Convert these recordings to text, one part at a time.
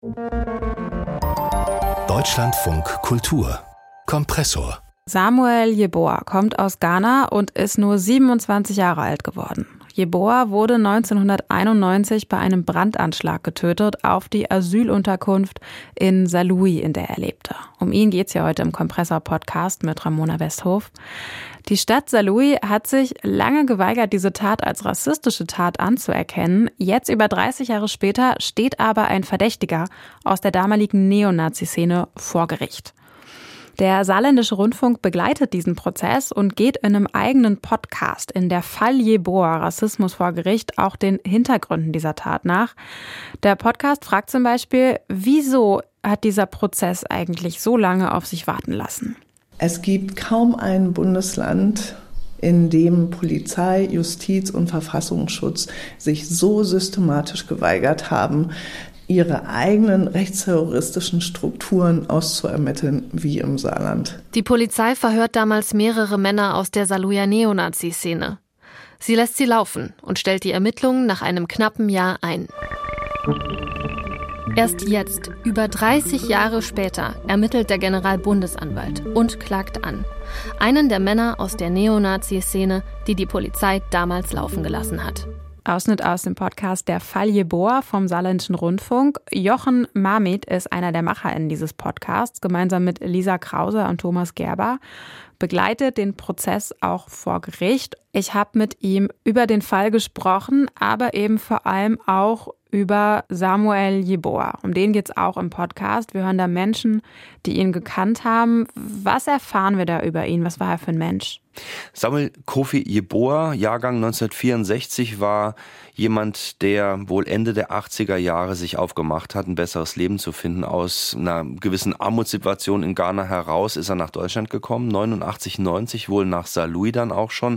Deutschlandfunk Kultur Kompressor. Samuel Yeboah kommt aus Ghana und ist nur 27 Jahre alt geworden. Yeboah wurde 1991 bei einem Brandanschlag getötet auf die Asylunterkunft in Saarlouis, in der er lebte. Um ihn geht's ja heute im Kompressor-Podcast mit Ramona Westhof. Die Stadt Saarlouis hat sich lange geweigert, diese Tat als rassistische Tat anzuerkennen. Jetzt, über 30 Jahre später, steht aber ein Verdächtiger aus der damaligen Neonazi-Szene vor Gericht. Der Saarländische Rundfunk begleitet diesen Prozess und geht in einem eigenen Podcast in der Fall Yeboah, Rassismus vor Gericht, auch den Hintergründen dieser Tat nach. Der Podcast fragt zum Beispiel, wieso hat dieser Prozess eigentlich so lange auf sich warten lassen? Es gibt kaum ein Bundesland, in dem Polizei, Justiz und Verfassungsschutz sich so systematisch geweigert haben, ihre eigenen rechtsterroristischen Strukturen auszuermitteln wie im Saarland. Die Polizei verhört damals mehrere Männer aus der Saarlouier Neonazi-Szene. Sie lässt sie laufen und stellt die Ermittlungen nach einem knappen Jahr ein. Erst jetzt, über 30 Jahre später, ermittelt der Generalbundesanwalt und klagt an. Einen der Männer aus der Neonazi-Szene, die die Polizei damals laufen gelassen hat. Ausschnitt aus dem Podcast Der Fall Yeboah vom Saarländischen Rundfunk. Jochen Mamit ist einer der MacherInnen dieses Podcasts, gemeinsam mit Lisa Krause und Thomas Gerber, begleitet den Prozess auch vor Gericht. Ich habe mit ihm über den Fall gesprochen, aber eben vor allem auch über Samuel Yeboah. Um den geht es auch im Podcast. Wir hören da Menschen, die ihn gekannt haben. Was erfahren wir da über ihn? Was war er für ein Mensch? Samuel Kofi Yeboah, Jahrgang 1964, war jemand, der wohl Ende der 80er Jahre sich aufgemacht hat, ein besseres Leben zu finden. Aus einer gewissen Armutssituation in Ghana heraus ist er nach Deutschland gekommen, 89, 90, wohl nach Saarlouis dann auch schon.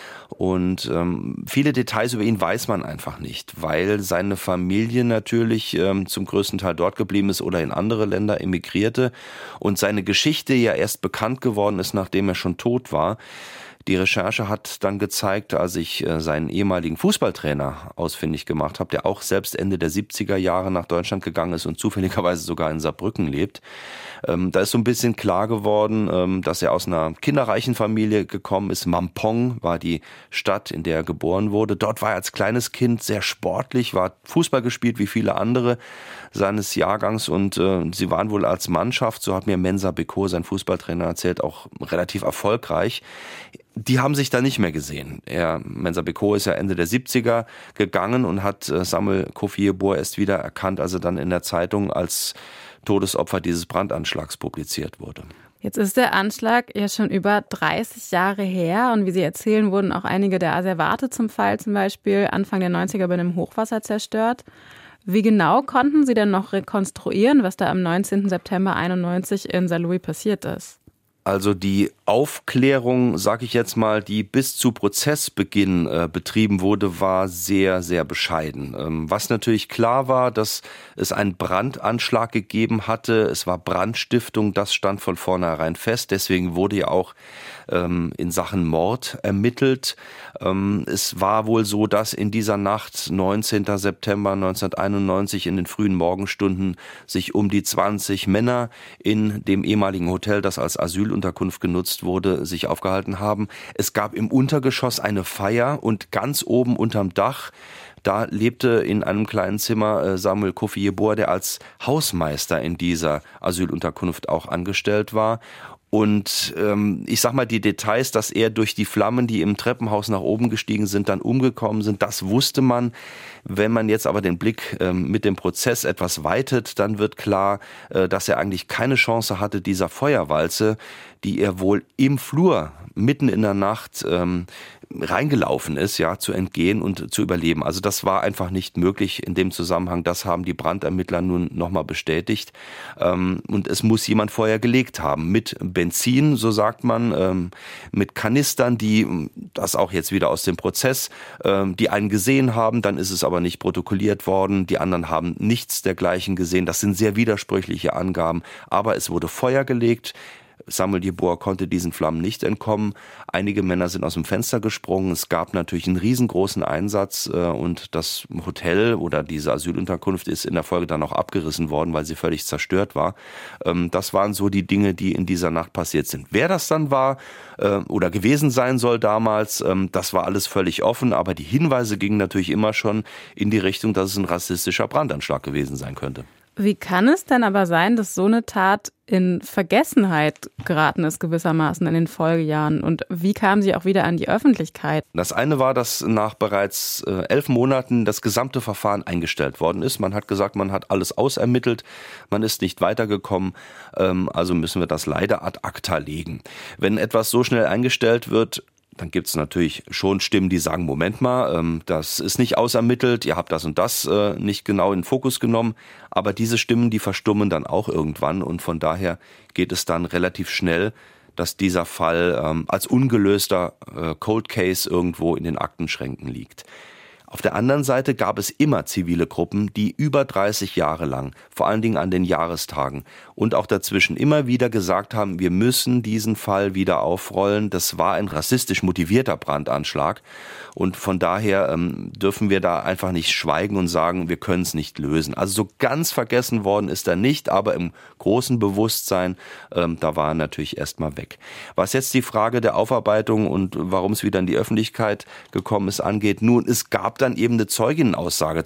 Und viele Details über ihn weiß man einfach nicht, weil seine Familie natürlich zum größten Teil dort geblieben ist oder in andere Länder emigrierte und seine Geschichte ja erst bekannt geworden ist, nachdem er schon tot war. Die Recherche hat dann gezeigt, als ich seinen ehemaligen Fußballtrainer ausfindig gemacht habe, der auch selbst Ende der 70er Jahre nach Deutschland gegangen ist und zufälligerweise sogar in Saarbrücken lebt. Da ist so ein bisschen klar geworden, dass er aus einer kinderreichen Familie gekommen ist. Mampong war die Stadt, in der er geboren wurde. Dort war er als kleines Kind sehr sportlich, war Fußball gespielt wie viele andere seines Jahrgangs und sie waren wohl als Mannschaft, so hat mir Mensa Beko, sein Fußballtrainer, erzählt, auch relativ erfolgreich. Die haben sich da nicht mehr gesehen. Mensa Beko ist ja Ende der 70er gegangen und hat Samuel Kofi Yeboah erst wieder erkannt, als er dann in der Zeitung als Todesopfer dieses Brandanschlags publiziert wurde. Jetzt ist der Anschlag ja schon über 30 Jahre her und wie Sie erzählen, wurden auch einige der Asservate zum Fall zum Beispiel Anfang der 90er bei einem Hochwasser zerstört. Wie genau konnten Sie denn noch rekonstruieren, was da am 19. September 91 in Saarlouis passiert ist? Also die Aufklärung, sage ich jetzt mal, die bis zu Prozessbeginn betrieben wurde, war sehr, sehr bescheiden. Was natürlich klar war, dass es einen Brandanschlag gegeben hatte. Es war Brandstiftung, das stand von vornherein fest. Deswegen wurde ja auch in Sachen Mord ermittelt. Es war wohl so, dass in dieser Nacht, 19. September 1991, in den frühen Morgenstunden sich um die 20 Männer in dem ehemaligen Hotel, das als Asylunterkunft genutzt wurde, sich aufgehalten haben. Es gab im Untergeschoss eine Feier und ganz oben unterm Dach, da lebte in einem kleinen Zimmer Samuel Kofi Yeboah, der als Hausmeister in dieser Asylunterkunft auch angestellt war. Und ich sag mal, die Details, dass er durch die Flammen, die im Treppenhaus nach oben gestiegen sind, dann umgekommen sind, das wusste man. Wenn man jetzt aber den Blick mit dem Prozess etwas weitet, dann wird klar, dass er eigentlich keine Chance hatte, dieser Feuerwalze, die er wohl im Flur mitten in der Nacht reingelaufen ist, ja, zu entgehen und zu überleben. Also das war einfach nicht möglich in dem Zusammenhang. Das haben die Brandermittler nun nochmal bestätigt. Und es muss jemand Feuer gelegt haben mit Benzin, so sagt man, mit Kanistern, die, das auch jetzt wieder aus dem Prozess, die einen gesehen haben, dann ist es aber nicht protokolliert worden. Die anderen haben nichts dergleichen gesehen. Das sind sehr widersprüchliche Angaben. Aber es wurde Feuer gelegt. Samuel Yeboah konnte diesen Flammen nicht entkommen. Einige Männer sind aus dem Fenster gesprungen. Es gab natürlich einen riesengroßen Einsatz und das Hotel oder diese Asylunterkunft ist in der Folge dann auch abgerissen worden, weil sie völlig zerstört war. Das waren so die Dinge, die in dieser Nacht passiert sind. Wer das dann war oder gewesen sein soll damals, das war alles völlig offen, aber die Hinweise gingen natürlich immer schon in die Richtung, dass es ein rassistischer Brandanschlag gewesen sein könnte. Wie kann es denn aber sein, dass so eine Tat in Vergessenheit geraten ist gewissermaßen in den Folgejahren? Und wie kam sie auch wieder an die Öffentlichkeit? Das eine war, dass nach bereits 11 Monaten das gesamte Verfahren eingestellt worden ist. Man hat gesagt, man hat alles ausermittelt, man ist nicht weitergekommen, also müssen wir das leider ad acta legen. Wenn etwas so schnell eingestellt wird, dann gibt es natürlich schon Stimmen, die sagen, Moment mal, das ist nicht ausermittelt, ihr habt das und das nicht genau in den Fokus genommen. Aber diese Stimmen, die verstummen dann auch irgendwann und von daher geht es dann relativ schnell, dass dieser Fall als ungelöster Cold Case irgendwo in den Aktenschränken liegt. Auf der anderen Seite gab es immer zivile Gruppen, die über 30 Jahre lang, vor allen Dingen an den Jahrestagen und auch dazwischen immer wieder gesagt haben, wir müssen diesen Fall wieder aufrollen. Das war ein rassistisch motivierter Brandanschlag und von daher dürfen wir da einfach nicht schweigen und sagen, wir können es nicht lösen. Also so ganz vergessen worden ist er nicht, aber im großen Bewusstsein, da war er natürlich erstmal weg. Was jetzt die Frage der Aufarbeitung und warum es wieder in die Öffentlichkeit gekommen ist angeht, nun, es gab dann eben eine Zeuginnenaussage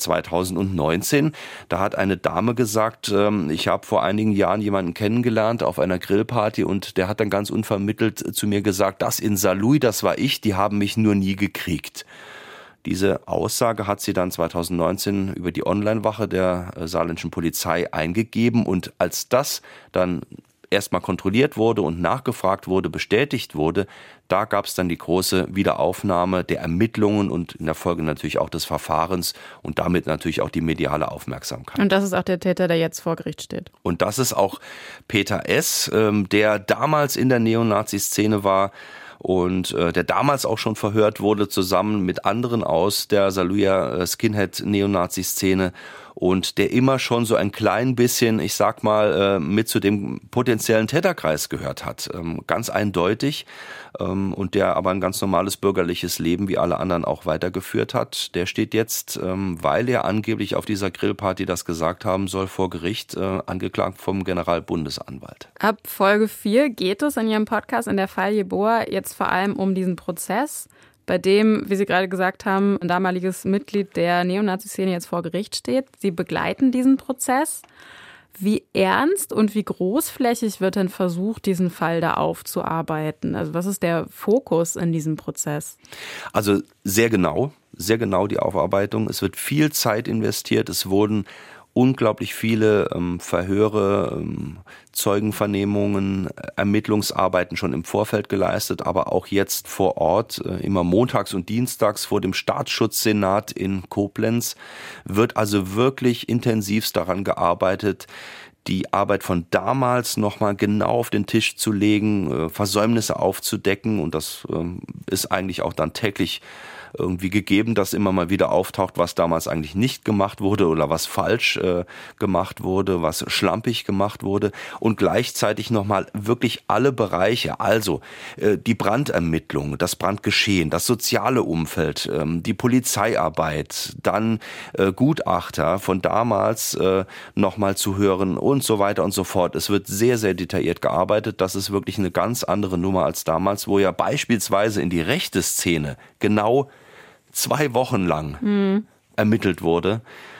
2019. Da hat eine Dame gesagt, ich habe vor einigen Jahren jemanden kennengelernt auf einer Grillparty und der hat dann ganz unvermittelt zu mir gesagt, das in Saarlouis, das war ich, die haben mich nur nie gekriegt. Diese Aussage hat sie dann 2019 über die Online-Wache der saarländischen Polizei eingegeben und als das dann erstmal kontrolliert wurde und nachgefragt wurde, bestätigt wurde, da gab es dann die große Wiederaufnahme der Ermittlungen und in der Folge natürlich auch des Verfahrens und damit natürlich auch die mediale Aufmerksamkeit. Und das ist auch der Täter, der jetzt vor Gericht steht. Und das ist auch Peter S., der damals in der Neonazi-Szene war und der damals auch schon verhört wurde, zusammen mit anderen aus der Saarlouier Skinhead-Neonazi-Szene und der immer schon so ein klein bisschen, ich sag mal, mit zu dem potenziellen Täterkreis gehört hat. Ganz eindeutig. Und der aber ein ganz normales bürgerliches Leben wie alle anderen auch weitergeführt hat. Der steht jetzt, weil er angeblich auf dieser Grillparty das gesagt haben soll, vor Gericht, angeklagt vom Generalbundesanwalt. Ab Folge 4 geht es in Ihrem Podcast in der Fall Yeboah jetzt vor allem um diesen Prozess, bei dem, wie Sie gerade gesagt haben, ein damaliges Mitglied der Neonazi-Szene jetzt vor Gericht steht. Sie begleiten diesen Prozess. Wie ernst und wie großflächig wird denn versucht, diesen Fall da aufzuarbeiten? Also was ist der Fokus in diesem Prozess? Also sehr genau die Aufarbeitung. Es wird viel Zeit investiert. Es wurden unglaublich viele Verhöre, Zeugenvernehmungen, Ermittlungsarbeiten schon im Vorfeld geleistet, aber auch jetzt vor Ort, immer montags und dienstags vor dem Staatsschutzsenat in Koblenz, wird also wirklich intensivst daran gearbeitet, die Arbeit von damals nochmal genau auf den Tisch zu legen, Versäumnisse aufzudecken und das ist eigentlich auch dann täglich irgendwie gegeben, dass immer mal wieder auftaucht, was damals eigentlich nicht gemacht wurde oder was falsch gemacht wurde, was schlampig gemacht wurde und gleichzeitig nochmal wirklich alle Bereiche, also die Brandermittlung, das Brandgeschehen, das soziale Umfeld, die Polizeiarbeit, dann Gutachter von damals nochmal zu hören und so weiter und so fort. Es wird sehr, sehr detailliert gearbeitet. Das ist wirklich eine ganz andere Nummer als damals, wo ja beispielsweise in die rechte Szene genau 2 Wochen lang ermittelt wurde.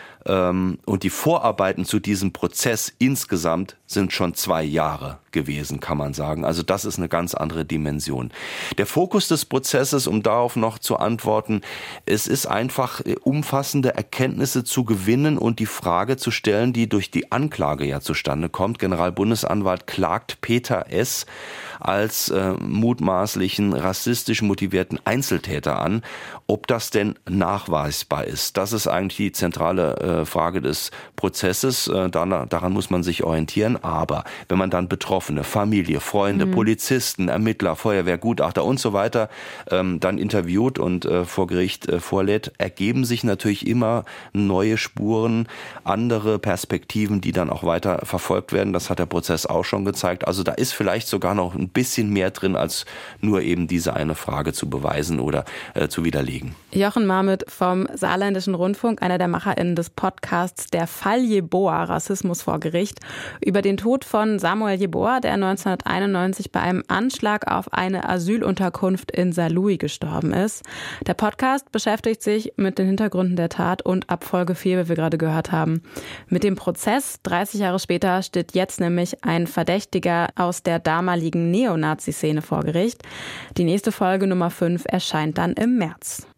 Und die Vorarbeiten zu diesem Prozess insgesamt sind schon 2 Jahre gewesen, kann man sagen. Also das ist eine ganz andere Dimension. Der Fokus des Prozesses, um darauf noch zu antworten, es ist einfach umfassende Erkenntnisse zu gewinnen und die Frage zu stellen, die durch die Anklage ja zustande kommt. Generalbundesanwalt klagt Peter S. als mutmaßlichen rassistisch motivierten Einzeltäter an, ob das denn nachweisbar ist. Das ist eigentlich die zentrale Frage des Prozesses. Daran muss man sich orientieren. Aber wenn man dann Betroffene, Familie, Freunde, Polizisten, Ermittler, Feuerwehr, Gutachter und so weiter dann interviewt und vor Gericht vorlädt, ergeben sich natürlich immer neue Spuren, andere Perspektiven, die dann auch weiter verfolgt werden. Das hat der Prozess auch schon gezeigt. Also da ist vielleicht sogar noch ein bisschen mehr drin, als nur eben diese eine Frage zu beweisen oder zu widerlegen. Jochen Marmit vom Saarländischen Rundfunk, einer der MacherInnen des Podcasts Der Fall Yeboah, Rassismus vor Gericht, über den Tod von Samuel Yeboah, der 1991 bei einem Anschlag auf eine Asylunterkunft in Saarlouis gestorben ist. Der Podcast beschäftigt sich mit den Hintergründen der Tat und ab Folge 4, wie wir gerade gehört haben, mit dem Prozess. 30 Jahre später steht jetzt nämlich ein Verdächtiger aus der damaligen Neonazi-Szene vor Gericht. Die nächste Folge, Nummer 5, erscheint dann im März.